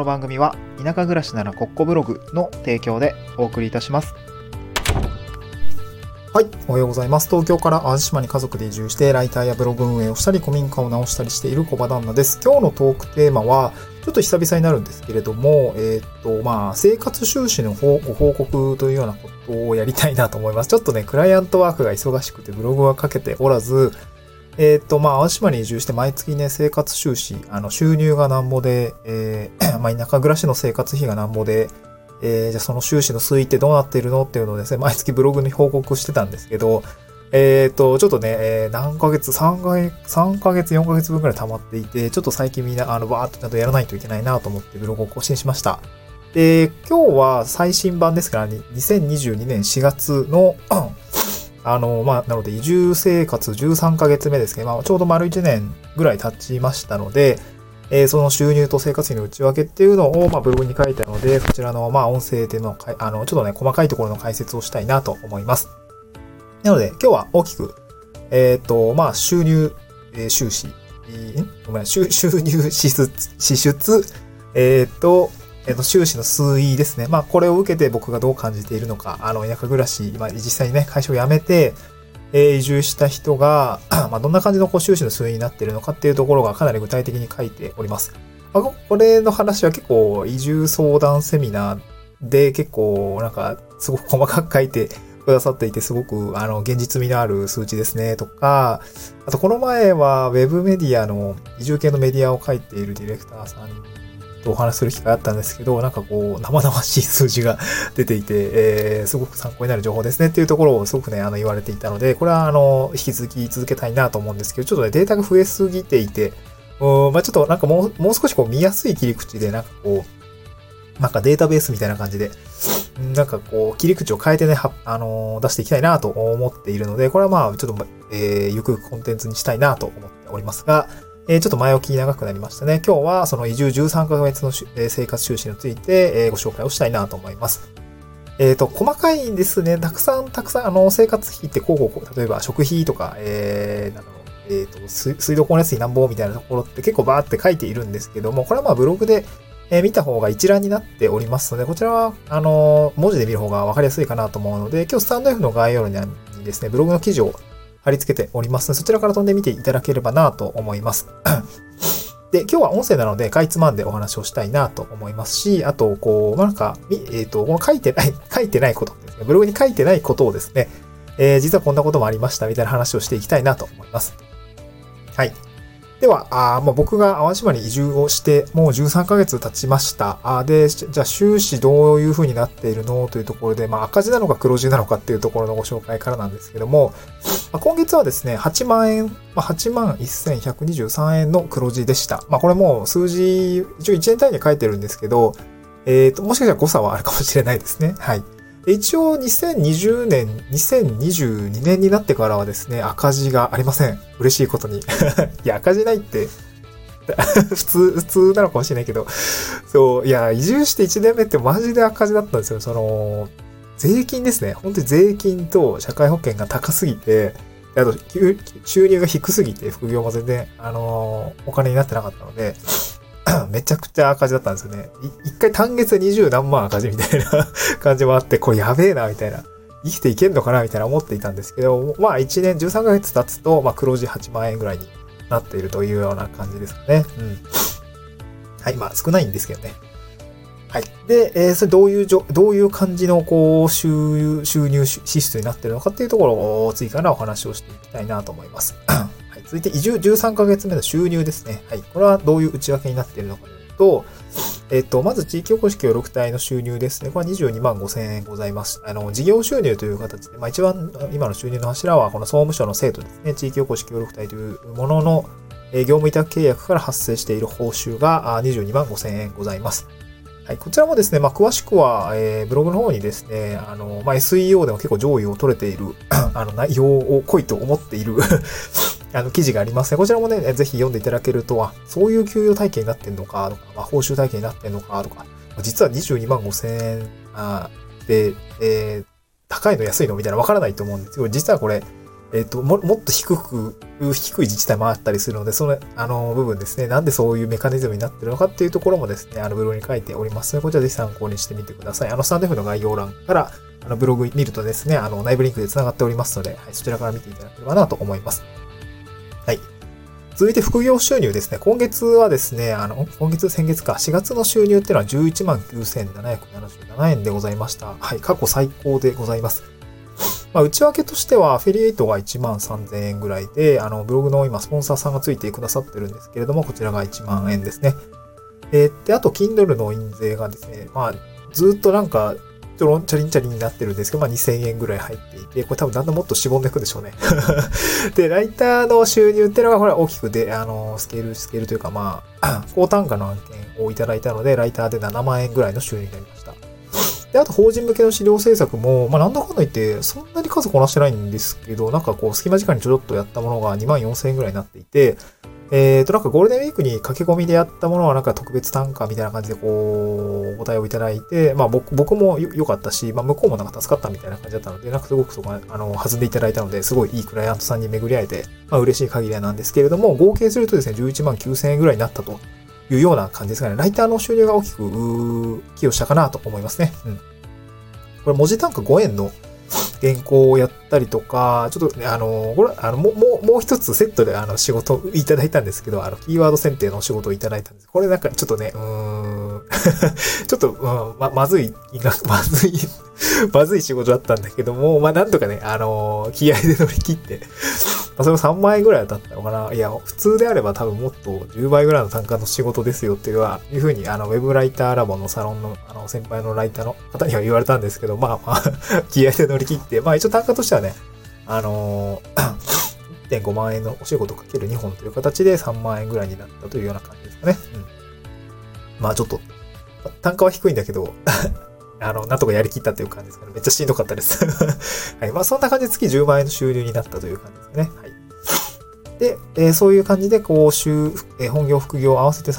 の番組は田舎暮らしならコッコブログの提供でお送りいたします。 はい、おはようございます。東京から淡路島に家族で移住してライターやブログ運営をしたり古民家を直したりしている小場旦那です。今日のトークテーマはちょっと久々になるんですけれども、生活収支のご報告というようなことをやりたいなと思います。ちょっとね、クライアントワークが忙しくてブログは書けておらず、淡路島に移住して毎月ね、生活収支、収入がなんぼで、田舎暮らしの生活費がなんぼで、じゃあその収支の推移ってどうなっているのっていうのをですね、毎月ブログに報告してたんですけど、ちょっとね、何ヶ月、3ヶ月、4ヶ月分くらい溜まっていて、ちょっと最近みんな、バーっとちゃんとやらないといけないなと思ってブログを更新しました。で、今日は最新版ですから、2022年4月の、なので移住生活13ヶ月目ですね。ちょうど丸1年ぐらい経ちましたので、その収入と生活費の内訳っていうのを、ブログに書いたので、そちらの、音声での、ちょっとね、細かいところの解説をしたいなと思います。なので、今日は大きく、収入、収支、収入支出、収支の推移ですね。これを受けて僕がどう感じているのか、田舎暮らし、実際にね、会社を辞めて、移住した人が、どんな感じの収支の推移になっているのかっていうところがかなり具体的に書いております。これの話は結構移住相談セミナーで結構すごく細かく書いてくださっていて、すごく現実味のある数値ですねとか、あとこの前はウェブメディアの移住系のメディアを書いているディレクターさんとお話しする機会あったんですけど、生々しい数字が出ていて、すごく参考になる情報ですねっていうところをすごくね、言われていたので、これは引き続き続けたいなと思うんですけど、ちょっとね、データが増えすぎていて、ちょっともう少し見やすい切り口で、データベースみたいな感じで、切り口を変えてね、出していきたいなと思っているので、これはちょっと、ゆくゆくコンテンツにしたいなと思っておりますが、ちょっと前置き長くなりましたね。今日はその移住13ヶ月の生活収支についてご紹介をしたいなと思います。細かいんですね。たくさん、生活費って例えば食費とか、水道光熱費なんぼみたいなところって結構バーって書いているんですけども、これはブログで見た方が一覧になっておりますので、こちらは、文字で見る方がわかりやすいかなと思うので、今日スタンド F の概要欄にですね、ブログの記事を貼り付けておりますので、そちらから飛んでみていただければなと思います。で、今日は音声なので、かいつまんでお話をしたいなと思いますし、あと、この書いてないことですね、ブログに書いてないことをですね、実はこんなこともありましたみたいな話をしていきたいなと思います。はい。では、僕が淡路島に移住をしてもう13ヶ月経ちました。で、じゃあ収支どういう風になっているのというところで、赤字なのか黒字なのかっていうところのご紹介からなんですけども、今月はですね、8万1123円の黒字でした。これも数字、一応1円単位で書いてるんですけど、もしかしたら誤差はあるかもしれないですね。はい。一応2022年になってからはですね、赤字がありません。嬉しいことに。いや、赤字ないって、普通なのかもしれないけど、移住して1年目ってマジで赤字だったんですよ。税金ですね。本当に税金と社会保険が高すぎて、あと、収入が低すぎて、副業も全然、お金になってなかったので、めちゃくちゃ赤字だったんですよね。一回単月で20何万赤字みたいな感じもあって、これやべえな、みたいな。生きていけんのかな、みたいな思っていたんですけど、1年13ヶ月経つと、黒字8万円ぐらいになっているというような感じですかね。うん。はい、少ないんですけどね。はい。で、それどういう感じの、収入支出になっているのかっていうところを次からお話をしていきたいなと思います。はい。続いて、移住13ヶ月目の収入ですね。はい。これはどういう内訳になっているのかというと、まず地域おこし協力隊の収入ですね。これは22万5千円ございます。事業収入という形で、一番今の収入の柱は、この総務省の制度ですね。地域おこし協力隊というものの、業務委託契約から発生している報酬が22万5千円ございます。はい。こちらもですね、詳しくは、ブログの方にですね、SEO でも結構上位を取れている、内容を濃いと思っている記事がありますね。こちらもね、ぜひ読んでいただけると、そういう給与体系になってんのか、とか、報酬体系になってんのか、とか、実は22万5千円で、高いの安いのみたいなわからないと思うんですけど、実はこれ、 もっと低い自治体もあったりするので、その、部分ですね、なんでそういうメカニズムになってるのかっていうところもですね、ブログに書いておりますので、こちらぜひ参考にしてみてください。スタンドFの概要欄から、ブログ見るとですね、内部リンクで繋がっておりますので、はい、そちらから見ていただければなと思います。はい。続いて副業収入ですね。今月はですね、先月か、4月の収入っていうのは 119,777 円でございました。はい、過去最高でございます。内訳としては、アフィリエイトが 13,000 円ぐらいで、ブログの今、スポンサーさんがついてくださってるんですけれども、こちらが1万円ですね。で、あと、Kindle の印税がですね、ずっとなんか、チャリンチャリンになってるんですけど、2,000 円ぐらい入っていて、これ多分だんだんもっとしぼんでいくんでしょうね。で、ライターの収入っていうのが、これは大きくで、スケールというか、高単価の案件をいただいたので、ライターで7万円ぐらいの収入になりました。で、あと法人向けの資料制作も、なんだかんだ言って、そんなに数こなしてないんですけど、なんかこう、隙間時間にちょろっとやったものが 24,000 円ぐらいになっていて、なんかゴールデンウィークに駆け込みでやったものはなんか特別単価みたいな感じでこう、お答えをいただいて、僕も良かったし、向こうもなんか助かったみたいな感じだったので、なんかすごくそこが、弾んでいただいたので、すごいいいクライアントさんに巡り会えて、嬉しい限りなんですけれども、合計するとですね、119,000 円ぐらいになったというような感じですかね。ライターの収入が大きく、寄与したかなと思いますね。うん。これ文字単価5円の原稿をやったりとか、ちょっとね、これ、もう一つセットで仕事をいただいたんですけど、キーワード選定のお仕事をいただいたんです。これなんかちょっとね、ちょっと、まずい仕事だったんだけども、なんとかね、気合で乗り切って、それも3万円ぐらいだったのかな。いや、普通であれば多分もっと10倍ぐらいの単価の仕事ですよっていうふうに、ウェブライターラボのサロンの、先輩のライターの方には言われたんですけど、気合で乗り切って、一応単価としてはね、1.5 万円のお仕事かける2本という形で3万円ぐらいになったというような感じですかね。うん。ちょっと、単価は低いんだけど、なんとかやりきったという感じですかね。めっちゃしんどかったです。はい。そんな感じで月10万円の収入になったという感じですかね。はい。で、そういう感じで、本業、副業合わせて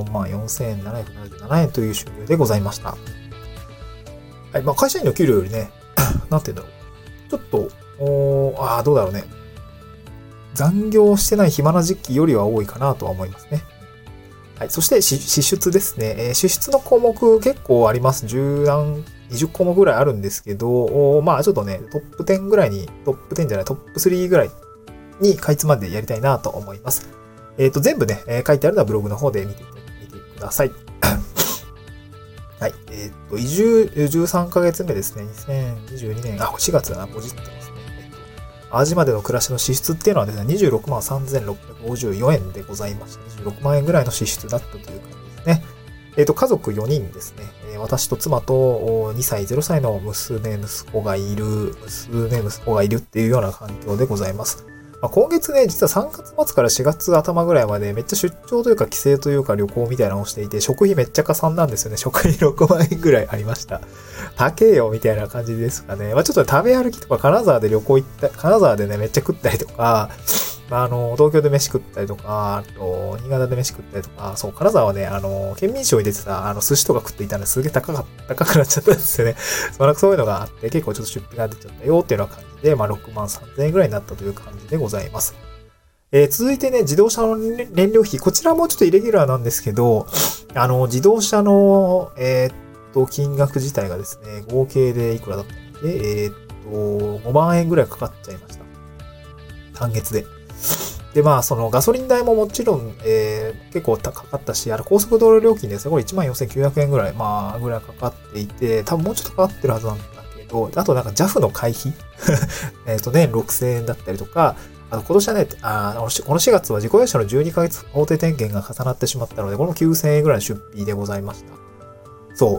344,777 円という収入でございました。はい。会社員の給料よりね、なんて言うんだろう。ちょっと、どうだろうね。残業してない暇な時期よりは多いかなとは思いますね。はい。そして、支出ですね。支出の項目結構あります。20項目ぐらいあるんですけど、ちょっとね、トップ10ぐらいに、トップ3ぐらいにかいつまんでやりたいなと思います。全部ね、書いてあるのはブログの方で見てください。はい。移住13ヶ月目ですね。2022年、4月だな、ポジってますね。淡路までの暮らしの支出っていうのはですね、263,654 円でございました。26万円ぐらいの支出だったという感じですね。家族4人ですね。私と妻と2歳、0歳の息子がいるっていうような環境でございます。今月ね、実は3月末から4月頭ぐらいまでめっちゃ出張というか帰省というか旅行みたいなのをしていて、食費めっちゃかさんなんですよね。食費6万円ぐらいありました。高えよみたいな感じですかね。ちょっと食べ歩きとか金沢でね、めっちゃ食ったりとか、東京で飯食ったりとか、新潟で飯食ったりとか、そう、金沢はね、県民賞に出てた、寿司とか食っていたのですげえ高くなっちゃったんですよね。そういうのがあって、結構ちょっと出費が出ちゃったよっていうような感じで、63,000 円ぐらいになったという感じでございます。続いてね、自動車の燃料費、こちらもちょっとイレギュラーなんですけど、自動車の、金額自体がですね、合計でいくらだったので、5万円ぐらいかかっちゃいました。単月で。で、そのガソリン代ももちろん、結構かかったし、高速道路料金ですね、これ 14,900 円ぐらい、ぐらいかかっていて、多分もうちょっとかかってるはずなんだけど、あとなんか JAF の会費年6,000 円だったりとか、今年はね、この4月は自己会社の12ヶ月法定点検が重なってしまったので、この 9,000 円ぐらいの出費でございました。そう、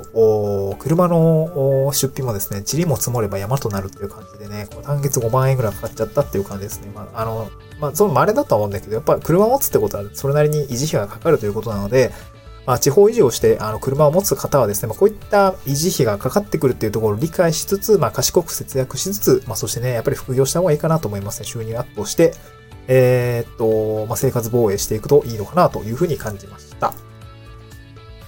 車の出費もですね、塵も積もれば山となるっていう感じでね、単月5万円ぐらいかかっちゃったっていう感じですね。その稀だとは思うんだけど、やっぱり車を持つってことはそれなりに維持費がかかるということなので、地方移住をして、車を持つ方はですね、こういった維持費がかかってくるっていうところを理解しつつ、賢く節約しつつ、そしてね、やっぱり副業した方がいいかなと思いますね。収入アップをして、生活防衛していくといいのかなというふうに感じました。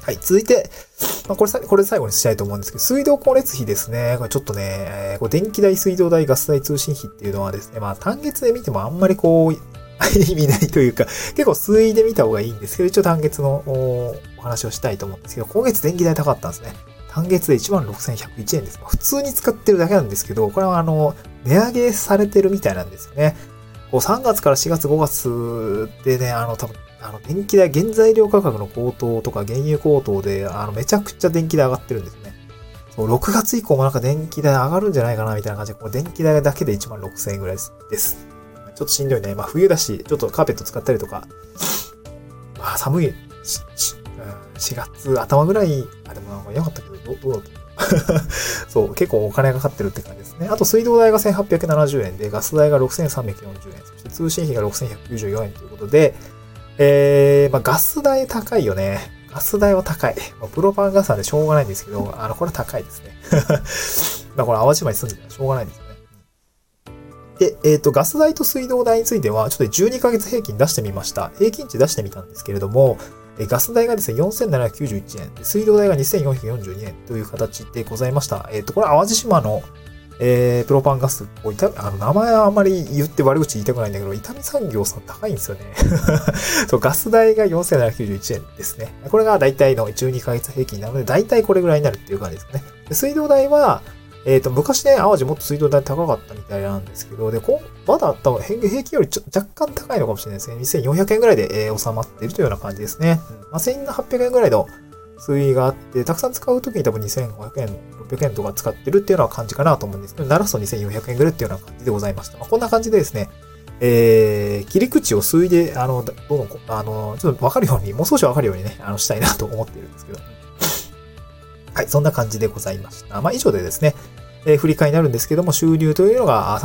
はい、続いて、これ最後にしたいと思うんですけど、水道光熱費ですね。これちょっとね、これ電気代、水道代、ガス代、通信費っていうのはですね、単月で見てもあんまり意味ないというか、結構数位で見た方がいいんですけど、一応単月のお話をしたいと思うんですけど、今月電気代高かったんですね。単月で 16,101 円です。普通に使ってるだけなんですけど、これは値上げされてるみたいなんですよね。3月から4月、5月でね、多分、電気代、原材料価格の高騰とか原油高騰で、めちゃくちゃ電気代上がってるんですね。6月以降もなんか電気代上がるんじゃないかな、みたいな感じで、電気代だけで 16,000 円ぐらいです。ちょっとしんどいね。冬だし、ちょっとカーペット使ったりとか、寒い、4月頭ぐらい、でもなんか良かったけど、どうだったそう、結構お金がかかってるって感じですね。あと水道代が 1,870 円で、ガス代が 6,340 円、そして通信費が 6,194 円ということで、ガス代高いよね。ガス代は高い。プロパンガスなんでしょうがないんですけど、これは高いですね。これ淡路島に住んでたらしょうがないですよね。で、ガス代と水道代については、ちょっと12ヶ月平均出してみました。平均値出してみたんですけれども、ガス代がですね、4,791 円、水道代が 2,442 円という形でございました。これは淡路島の、プロパンガス、名前はあんまり言って悪口言いたくないんだけど、伊丹産業さん高いんですよね。そう、ガス代が 4,791 円ですね。これが大体の12ヶ月平均なので、大体これぐらいになるっていう感じですかね。で水道代は、昔ね、淡路もっと水道代高かったみたいなんですけど、で、まだ平均より若干高いのかもしれないですね。2,400 円ぐらいで、収まっているというような感じですね。1,800 円ぐらいの水位があって、たくさん使うときに多分 2,500 円、600円とか使ってるっていうような感じかなと思うんですけど、鳴らすと 2,400 円ぐらいっていうような感じでございました。こんな感じでですね、切り口を数位で、ちょっとわかるように、もう少しわかるようにね、したいなと思っているんですけど。はい、そんな感じでございました。以上でですね、振り替えになるんですけども、収入というのが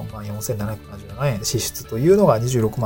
344,777 円、支出というのが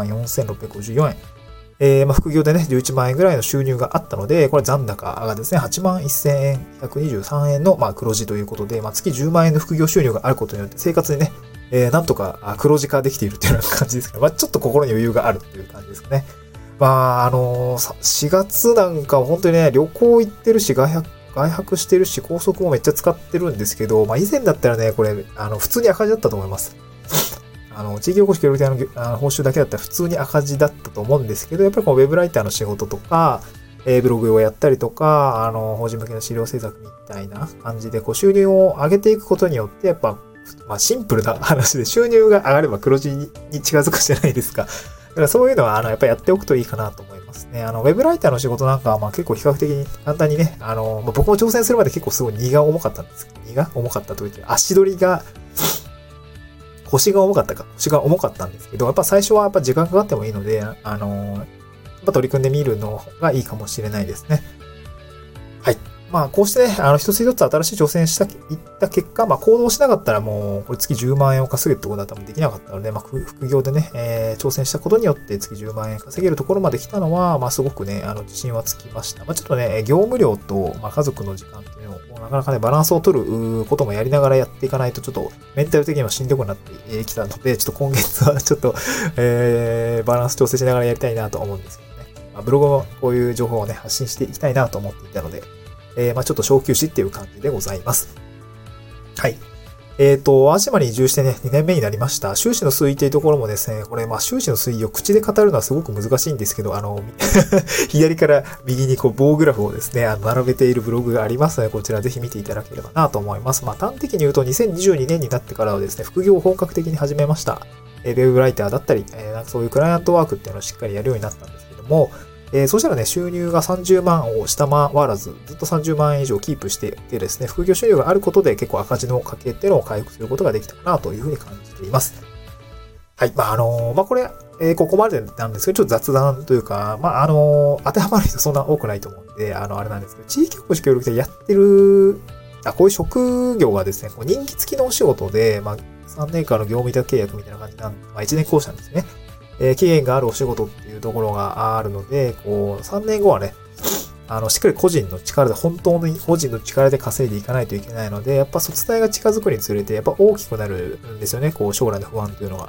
264,654 円。副業でね、11万円ぐらいの収入があったので、これ残高がですね、81,123 円の、黒字ということで、月10万円の副業収入があることによって、生活にね、なんとか黒字化できているというような感じですから、ちょっと心に余裕があるという感じですかね。4月なんか本当にね、旅行行ってるし、外泊してるし、高速もめっちゃ使ってるんですけど、以前だったらね、これ、普通に赤字だったと思います。地域おこし協力隊の報酬だけだったら普通に赤字だったと思うんですけど、やっぱりウェブライターの仕事とか、ブログをやったりとか、法人向けの資料制作みたいな感じで、収入を上げていくことによって、やっぱ、シンプルな話で収入が上がれば黒字に近づくじゃないですか。だからそういうのは、やっぱりやっておくといいかなと思いますね。ウェブライターの仕事なんかは、結構比較的に簡単にね、僕も挑戦するまで結構すごい荷が重かったんですけど、荷が重かったと言って、足取りが、腰が重かったんですけど、やっぱ最初はやっぱ時間かかってもいいので、やっぱ取り組んでみるのがいいかもしれないですね。はい。こうしてね、一つ一つ新しい挑戦いった結果、行動しなかったらもう、これ月10万円を稼ぐってことは多分できなかったので、副業でね、挑戦したことによって月10万円稼げるところまで来たのは、すごくね、自信はつきました。ちょっとね、業務量と、家族の時間っていうのを、なかなかね、バランスを取ることもやりながらやっていかないと、ちょっとメンタル的にもしんどくなってきたので、ちょっと今月はちょっと、バランス調整しながらやりたいなと思うんですけどね。ブログもこういう情報をね、発信していきたいなと思っていたので、ちょっと小休止っていう感じでございます。はい。淡島に移住してね、2年目になりました。収支の推移というところもですね、これ、収支の推移を口で語るのはすごく難しいんですけど、左から右に棒グラフをですね、並べているブログがありますので、こちらぜひ見ていただければなと思います。端的に言うと、2022年になってからはですね、副業を本格的に始めました。ウェブライターだったり、そういうクライアントワークっていうのをしっかりやるようになったんですけども、そしたらね、収入が30万を下回らず、ずっと30万円以上キープしていてですね、副業収入があることで結構赤字の家計っていうのを回復することができたかなというふうに感じています。はい。これ、ここまでなんですけど、ちょっと雑談というか、当てはまる人そんな多くないと思うんで、あれなんですけど、地域おこし協力隊やってる、こういう職業がですね、人気付きのお仕事で、3年間の業務委託契約みたいな感じなんで、1年講師なんですね。期限があるお仕事っていうところがあるので、3年後はね、しっかり個人の力で、本当に個人の力で稼いでいかないといけないので、やっぱ卒大が近づくにつれて、やっぱ大きくなるんですよね、将来の不安というのが。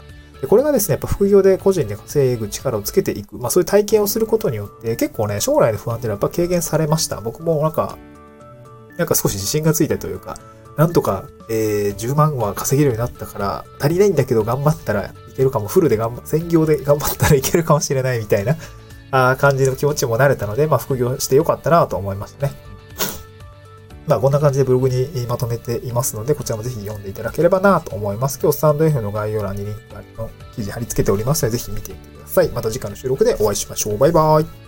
でこれがですね、やっぱ副業で個人で稼ぐ力をつけていく。そういう体験をすることによって、結構ね、将来の不安っていうのはやっぱ軽減されました。僕もなんか少し自信がついたというか、なんとか、10万は稼げるようになったから、足りないんだけど頑張ったらいけるかも、専業で頑張ったらいけるかもしれないみたいな、感じの気持ちも慣れたので、副業してよかったなと思いましたね。こんな感じでブログにまとめていますので、こちらもぜひ読んでいただければなと思います。今日スタンド F の概要欄にリンクの記事貼り付けておりますので、ぜひ見てみてください。また次回の収録でお会いしましょう。バイバイ。